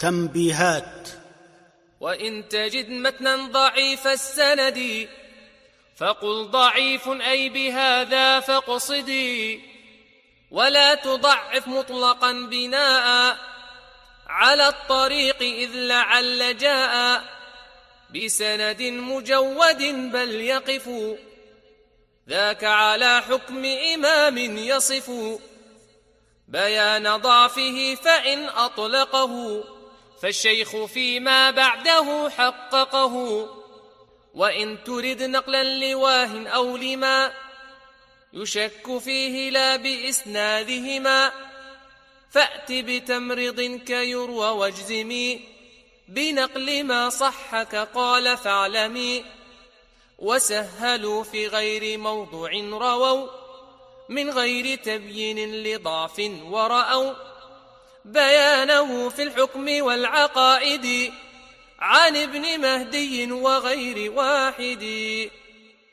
تنبيهات. وإن تجد متنا ضعيف السند فقل ضعيف أي بهذا فاقصدي، ولا تضعف مطلقا بناء على الطريق إذ لعل جاء بسند مجود بل يقف ذاك على حكم إمام يصف بيان ضعفه، فإن أطلقه فالشيخ فيما بعده حققه. وإن ترد نقلا لواه أو لما يشك فيه لا بإسنادهما فأت بتمرض كيروى واجزمي بنقل ما صحك قال فاعلمي. وسهلوا في غير موضوع رووا من غير تبيين لضعف ورأوا بيانه في الحكم والعقائد عن ابن مهدي وغير واحد.